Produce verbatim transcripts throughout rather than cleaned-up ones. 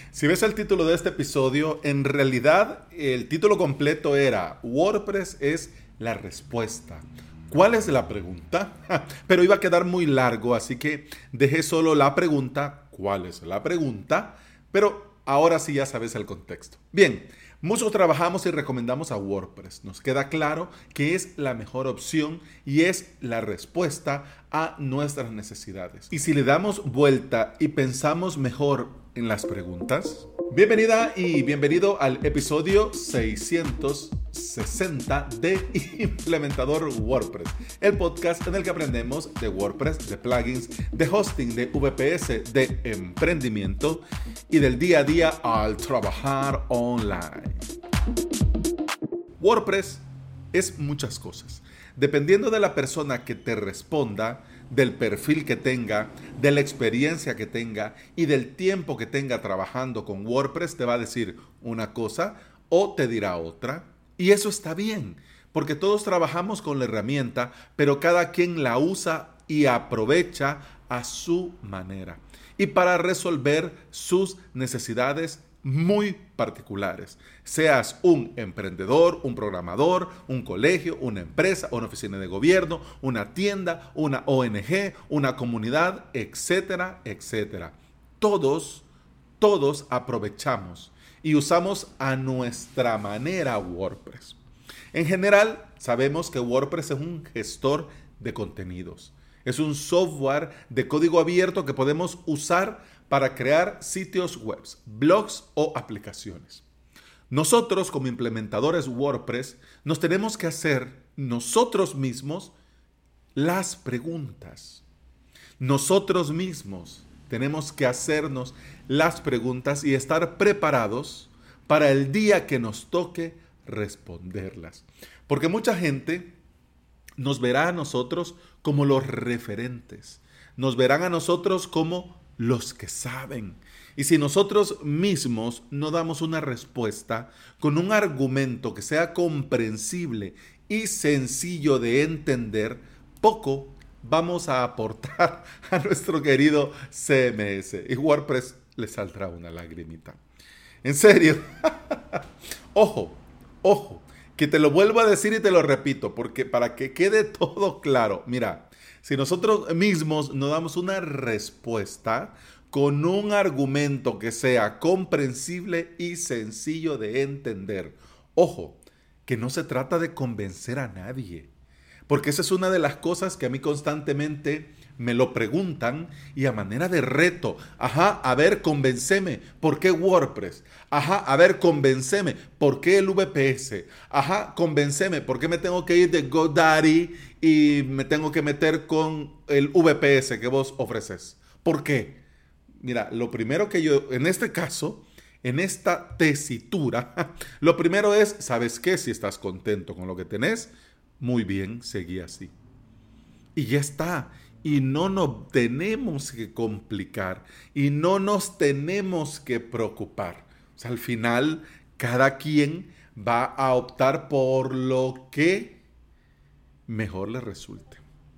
Si ves el título de este episodio, en realidad el título completo era WordPress es la respuesta. ¿Cuál es la pregunta? Pero iba a quedar muy largo, así que dejé solo la pregunta. ¿Cuál es la pregunta? Pero ahora sí ya sabes el contexto. Bien, muchos trabajamos y recomendamos a WordPress. Nos queda claro que es la mejor opción y es la respuesta a nuestras necesidades. Y si le damos vuelta y pensamos mejor en las preguntas, bienvenida y bienvenido al episodio seiscientos sesenta de Implementador WordPress, el podcast en el que aprendemos de WordPress, de plugins, de hosting, de V P S, de emprendimiento y del día a día al trabajar online. WordPress es muchas cosas. Dependiendo de la persona que te responda, del perfil que tenga, de la experiencia que tenga y del tiempo que tenga trabajando con WordPress, te va a decir una cosa o te dirá otra. Y eso está bien, porque todos trabajamos con la herramienta, pero cada quien la usa y aprovecha a su manera y para resolver sus necesidades muy particulares. Seas un emprendedor, un programador, un colegio, una empresa, una oficina de gobierno, una tienda, una O N G, una comunidad, etcétera, etcétera. Todos, todos aprovechamos y usamos a nuestra manera WordPress. En general, sabemos que WordPress es un gestor de contenidos. Es un software de código abierto que podemos usar para crear sitios web, blogs o aplicaciones. Nosotros, como implementadores WordPress, nos tenemos que hacer nosotros mismos las preguntas. Nosotros mismos tenemos que hacernos las preguntas y estar preparados para el día que nos toque responderlas. Porque mucha gente nos verá a nosotros como los referentes. Nos verán a nosotros como los que saben. Y si nosotros mismos no damos una respuesta con un argumento que sea comprensible y sencillo de entender, poco vamos a aportar a nuestro querido C M S. Y WordPress le saldrá una lagrimita. En serio. Ojo, ojo, que te lo vuelvo a decir y te lo repito, porque para que quede todo claro, mira, si nosotros mismos no damos una respuesta con un argumento que sea comprensible y sencillo de entender, ojo, que no se trata de convencer a nadie, porque esa es una de las cosas que a mí constantemente me lo preguntan y a manera de reto. Ajá, a ver, convénceme, ¿por qué WordPress? Ajá, a ver, convénceme, ¿por qué el V P S? Ajá, convénceme, ¿por qué me tengo que ir de GoDaddy y me tengo que meter con el V P S que vos ofreces? ¿Por qué? Mira, lo primero que yo, en este caso, en esta tesitura, lo primero es, ¿sabes qué? Si estás contento con lo que tenés, muy bien, seguí así. Y ya está. Y no nos tenemos que complicar. Y no nos tenemos que preocupar. O sea, al final, cada quien va a optar por lo que mejor le resulte.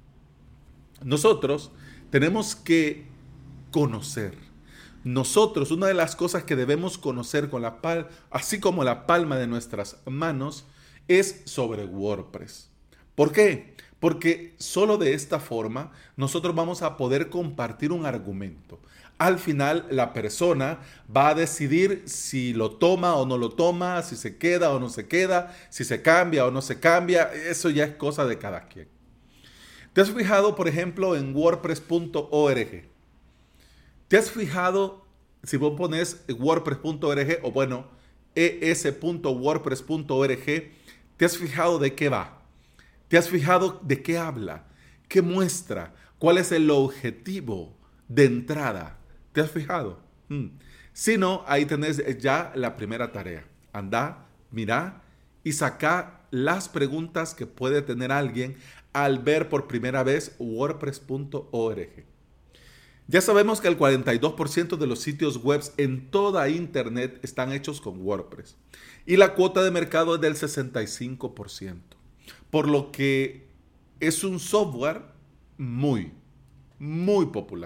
Nosotros tenemos que conocer. Nosotros, una de las cosas que debemos conocer con la pal- así como la palma de nuestras manos, es sobre WordPress. ¿Por qué? Porque solo de esta forma nosotros vamos a poder compartir un argumento. Al final la persona va a decidir si lo toma o no lo toma, si se queda o no se queda, si se cambia o no se cambia. Eso ya es cosa de cada quien. ¿Te has fijado, por ejemplo, en WordPress punto org? ¿Te has fijado si vos pones WordPress punto org o bueno, e s punto wordpress punto org? ¿Te has fijado de qué va? ¿Te has fijado de qué habla? ¿Qué muestra? ¿Cuál es el objetivo de entrada? ¿Te has fijado? Hmm. Si no, ahí tenés ya la primera tarea. Anda, mira y saca las preguntas que puede tener alguien al ver por primera vez WordPress punto org. Ya sabemos que el cuarenta y dos por ciento de los sitios web en toda Internet están hechos con WordPress y la cuota de mercado es del sesenta y cinco por ciento. Por lo que es un software muy, muy popular.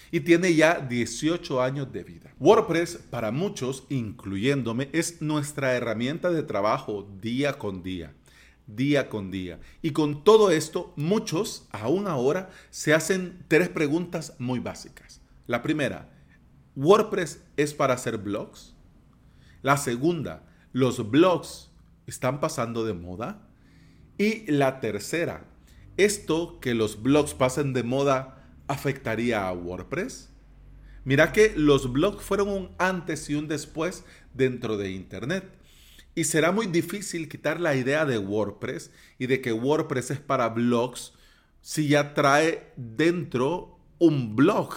y tiene ya dieciocho años de vida. WordPress, para muchos, incluyéndome, es nuestra herramienta de trabajo día con día. Día con día. Y con todo esto, muchos, aún ahora, se hacen tres preguntas muy básicas. La primera, ¿WordPress es para hacer blogs? La segunda, ¿los blogs están pasando de moda? Y la tercera, ¿esto que los blogs pasen de moda afectaría a WordPress? Mira que los blogs fueron un antes y un después dentro de Internet. Y será muy difícil quitar la idea de WordPress y de que WordPress es para blogs si ya trae dentro un blog.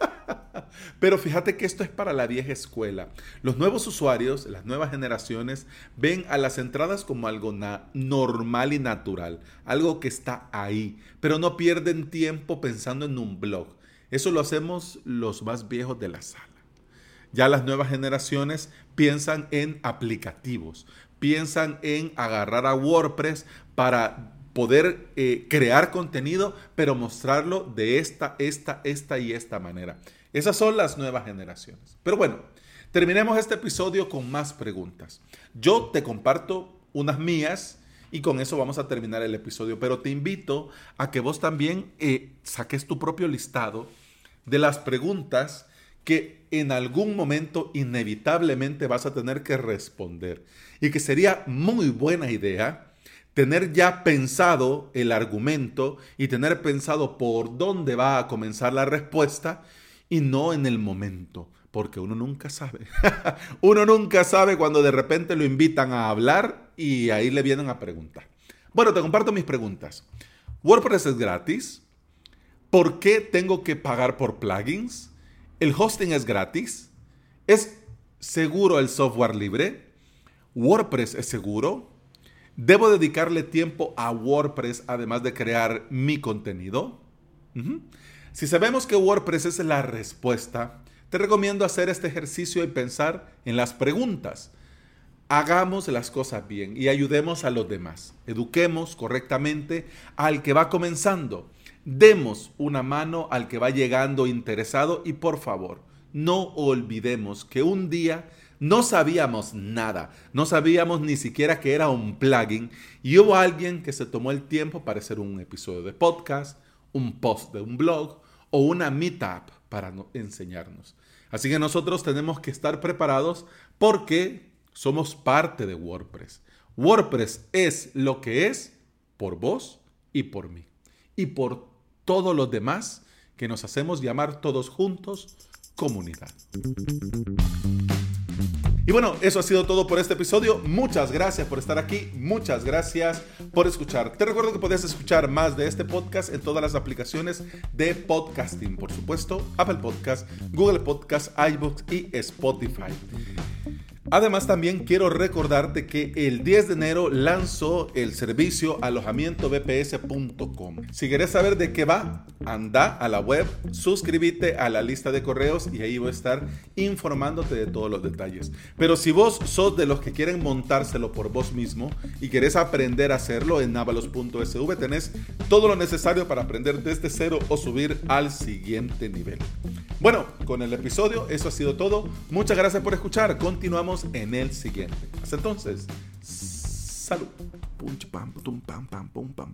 Pero fíjate que esto es para la vieja escuela. Los nuevos usuarios, las nuevas generaciones, ven a las entradas como algo na- normal y natural, algo que está ahí, pero no pierden tiempo pensando en un blog. Eso lo hacemos los más viejos de la sala. Ya las nuevas generaciones piensan en aplicativos, piensan en agarrar a WordPress para poder eh, crear contenido, pero mostrarlo de esta, esta, esta y esta manera. Esas son las nuevas generaciones. Pero bueno, terminemos este episodio con más preguntas. Yo te comparto unas mías y con eso vamos a terminar el episodio, pero te invito a que vos también eh, saques tu propio listado de las preguntas que en algún momento inevitablemente vas a tener que responder y que sería muy buena idea tener ya pensado el argumento y tener pensado por dónde va a comenzar la respuesta y no en el momento, porque uno nunca sabe. Uno nunca sabe cuando de repente lo invitan a hablar y ahí le vienen a preguntar. Bueno, te comparto mis preguntas. ¿WordPress es gratis? ¿Por qué tengo que pagar por plugins? ¿El hosting es gratis? ¿Es seguro el software libre? ¿WordPress es seguro? ¿Debo dedicarle tiempo a WordPress además de crear mi contenido? Uh-huh. Si sabemos que WordPress es la respuesta, te recomiendo hacer este ejercicio y pensar en las preguntas. Hagamos las cosas bien y ayudemos a los demás. Eduquemos correctamente al que va comenzando. Demos una mano al que va llegando interesado y por favor, no olvidemos que un día no sabíamos nada, no sabíamos ni siquiera que era un plugin y hubo alguien que se tomó el tiempo para hacer un episodio de podcast, un post de un blog o una meetup para no enseñarnos. Así que nosotros tenemos que estar preparados porque somos parte de WordPress. WordPress es lo que es por vos y por mí y por todos los demás que nos hacemos llamar todos juntos comunidad. Y bueno, eso ha sido todo por este episodio. Muchas gracias por estar aquí. Muchas gracias por escuchar. Te recuerdo que puedes escuchar más de este podcast en todas las aplicaciones de podcasting. Por supuesto, Apple Podcast, Google Podcast, iVoox y Spotify. Además, también quiero recordarte que el diez de enero lanzó el servicio alojamiento b p s punto com. Si querés saber de qué va, anda a la web, suscríbete a la lista de correos y ahí voy a estar informándote de todos los detalles. Pero si vos sos de los que quieren montárselo por vos mismo y querés aprender a hacerlo, en avalos punto s v tenés todo lo necesario para aprender desde cero o subir al siguiente nivel. Bueno, con el episodio eso ha sido todo. Muchas gracias por escuchar. Continuamos en el siguiente. Hasta entonces, salud. Pum, pam, pum, pam, pam, pum, pam.